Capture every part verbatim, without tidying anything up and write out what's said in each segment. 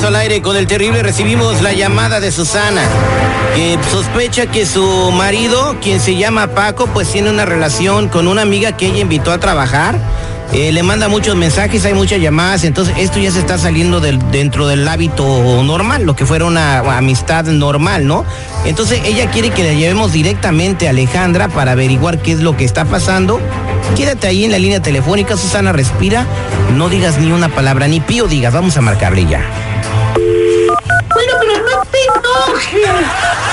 regreso al aire con el terrible. Recibimos la llamada de Susana, que sospecha que su marido, quien se llama Paco, pues tiene una relación con una amiga que ella invitó a trabajar. Eh, le manda muchos mensajes, hay muchas llamadas, entonces esto ya se está saliendo del, dentro del hábito normal, lo que fuera una amistad normal, ¿no? Entonces ella quiere que la llevemos directamente a Alejandra para averiguar qué es lo que está pasando. Quédate ahí en la línea telefónica, Susana, respira, no digas ni una palabra, ni pío digas, vamos a marcarle ya. Bueno, pero no te enojes.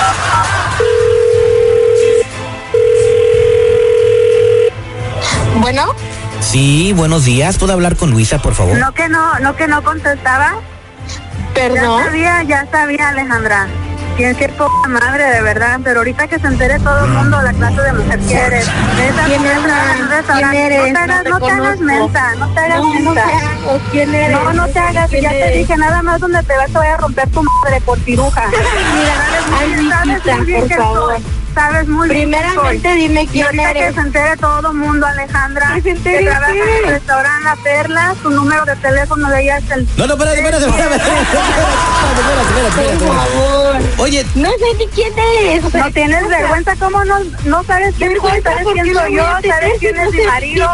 Bueno. Sí, buenos días. ¿Puedo hablar con Luisa, por favor? No que no, no que no contestaba. Perdón. Ya sabía, ya sabía, Alejandra. Tienes que poca madre, de verdad. Pero ahorita que se entere todo el mundo la clase de mujer que eres. ¿Quién eres? ¿Quién eres? No te hagas, no te hagas mensa, no te hagas mensa. No te hagas, ¿quién eres? No, no te hagas, ya te dije, nada más donde te vas te voy a romper tu madre por piruja. Mira, sabes muy bien que soy. Sabes muy bien. Primeramente dime quién y eres. Que se entere todo el mundo, Alejandra. Que se entere. Que trabaja en el restaurante La Perla, su número de teléfono de ella es el... No, no, espérate, espérate, espérate, espérate, espérate, espérate, por favor. Oye, no sé ni quién eres. O sea, no tienes vergüenza, ¿cómo no, no sabes quién soy? ¿Sabes quién soy yo? ¿Sabes quién es mi marido?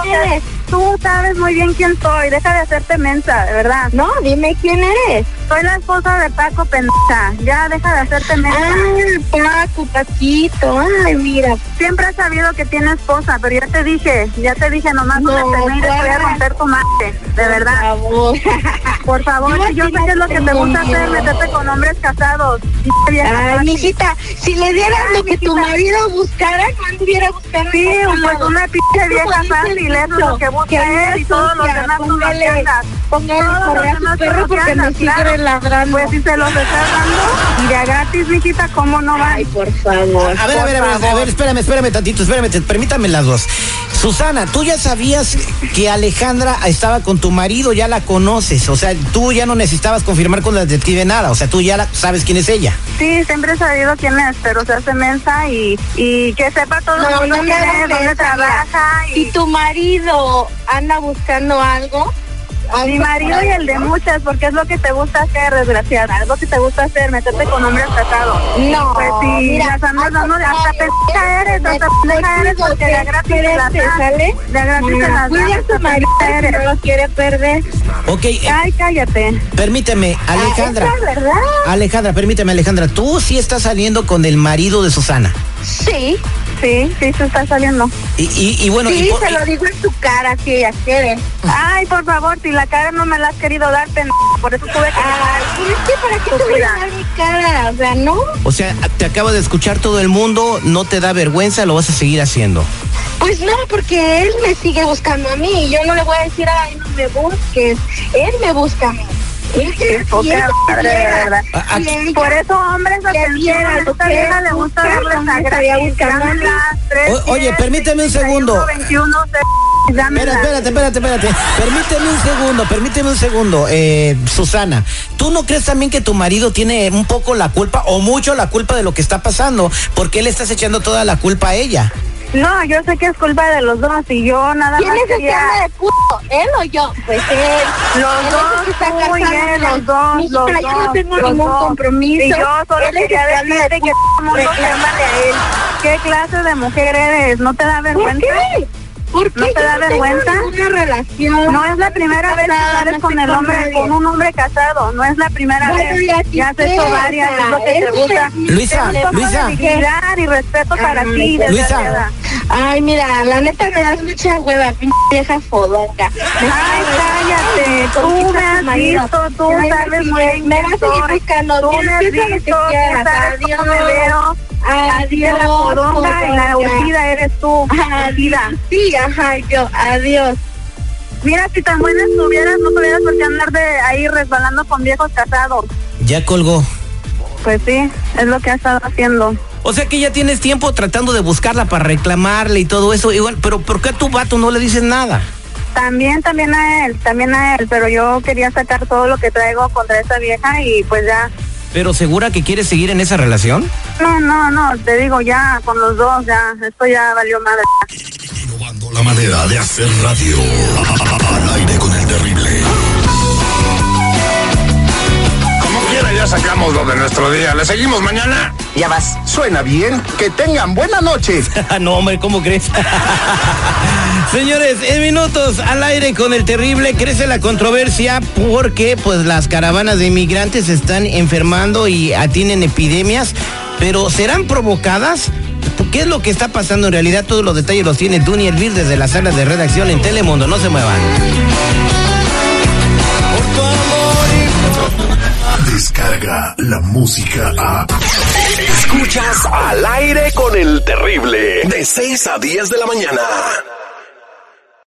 Tú sabes muy bien quién soy, deja de hacerte mensa, de verdad. No, dime quién eres. Soy la esposa de Paco, pendeja. Ya, deja de hacerte mensa. Ay, Paco, Paquito, ay, mira. Siempre has sabido que tiene esposa, pero ya te dije, ya te dije, nomás no, no te voy a romper tu madre, de verdad. Por favor. Por favor, yo, yo sé que es lo que te gusta hacer, meterte con hombres casados. Ay, mijita, si le dieras lo que tu marido buscara, no anduviera buscando. Sí, pues una pinche vieja fácil, eso es lo que busca él y todos los demás tú lo andas. Póngale correa a su perro porque me sigue ladrando. Pues si se los estás dando y de gratis, mijita, ¿cómo no va? Ay, por favor. A ver, a ver, a ver, a ver, espérame, espérame tantito, espérame, permítame las dos. Susana, ¿tú ya sabías que Alejandra estaba con tu marido? Ya la conoces, o sea, tú ya no necesitabas confirmar con la detective nada, o sea, tú ya la, sabes quién es ella. Sí, siempre he sabido quién es, pero se hace mensa y, y que sepa todo no, el mundo no quién es, dónde trabaja. Y... Si tu marido anda buscando algo, a mi marido y el de muchas, porque es lo que te gusta hacer, desgraciada, es lo que te gusta hacer, meterte con hombres casados. No, pues si mira, las andas dando, hasta pendeja eres, hasta pendeja eres, porque de gratis te las sale, de gratis te las cuida a tu marido eres, no lo quiere perder. Ok. Eh, Ay, cállate. Permíteme, Alejandra. Ah, ¿es verdad? Alejandra, permíteme, Alejandra, ¿tú sí estás saliendo con el marido de Susana? Sí. Sí, sí, se está saliendo. Y, y, y bueno... Sí, y por, se lo digo en tu cara, si ella quiere. Ay, por favor, si la cara no me la has querido dar, pendejo, por eso tuve que... Ay, es que ¿para qué te voy a dar mi cara? O sea, ¿no? O sea, te acaba de escuchar todo el mundo, no te da vergüenza, lo vas a seguir haciendo. Pues no, porque él me sigue buscando a mí y yo no le voy a decir, ay, no me busques. Él me busca a mí. Qué poca madre, de verdad. Por eso, hombres, atención, a esta vieja le gusta darles a gratis. Oye, permíteme un segundo. Espera, espérate, espérate, espérate. Permíteme un segundo, permíteme un segundo. Eh, Susana, ¿tú no crees también que tu marido tiene un poco la culpa o mucho la culpa de lo que está pasando? ¿Por qué le estás echando toda la culpa a ella? No, yo sé que es culpa de los dos y yo nada ¿Quién más es el que anda de puto? ¿Él o yo? Pues él. Los él dos, es está muy bien, los dos, Mijita, los yo dos, no tengo los ningún dos. compromiso. Y yo solo él es quería el que anda decirte de que todo el mundo reclámale a él. ¿Qué clase de mujer eres? ¿No te da vergüenza? ¿Por qué? ¿Por qué? ¿No te da Yo no vergüenza? tengo ninguna relación. No es la primera vez que sales con el hombre, con un hombre casado. No es la primera bueno, vez. Ya has hecho varias, es lo que te gusta. Luisa, Luisa. De y respeto para Ay, ti. Luisa. Ay, mira, la neta me das mucha hueva, pinche vieja fodonga. Ay, cállate. Tú me has visto, tú sabes muy bien. Me vas a seguir buscando. Tú me has visto, tú sabes cómo me veo. Adiós, la fodonga y la urgida eres tú. Adiós. Sí, ajá, yo, adiós. Mira, si tan buena estuvieras, no tuvieras por qué andar de ahí resbalando con viejos casados. Ya colgó. Pues sí, es lo que ha estado haciendo. O sea que ya tienes tiempo tratando de buscarla para reclamarle y todo eso. Y bueno, pero ¿por qué a tu vato no le dices nada? También, también a él, también a él. Pero yo quería sacar todo lo que traigo contra esa vieja y pues ya. ¿Pero segura que quieres seguir en esa relación? No, no, no, te digo ya, con los dos ya, esto ya valió madre. Innovando la manera de hacer radio. Al aire con el terrible. Mira, ya sacamos lo de nuestro día. ¿Le seguimos mañana? Ya vas. Suena bien. Que tengan buena noche. No, hombre, ¿cómo crees? Señores, en minutos al aire con el terrible. Crece la controversia porque pues las caravanas de inmigrantes se están enfermando y tienen epidemias, pero ¿serán provocadas? ¿Qué es lo que está pasando en realidad? Todos los detalles los tiene Duny Elvir desde la sala de redacción en Telemundo. No se muevan. Descarga la música a... Escuchas Al Aire con el Terrible, de seis a diez de la mañana.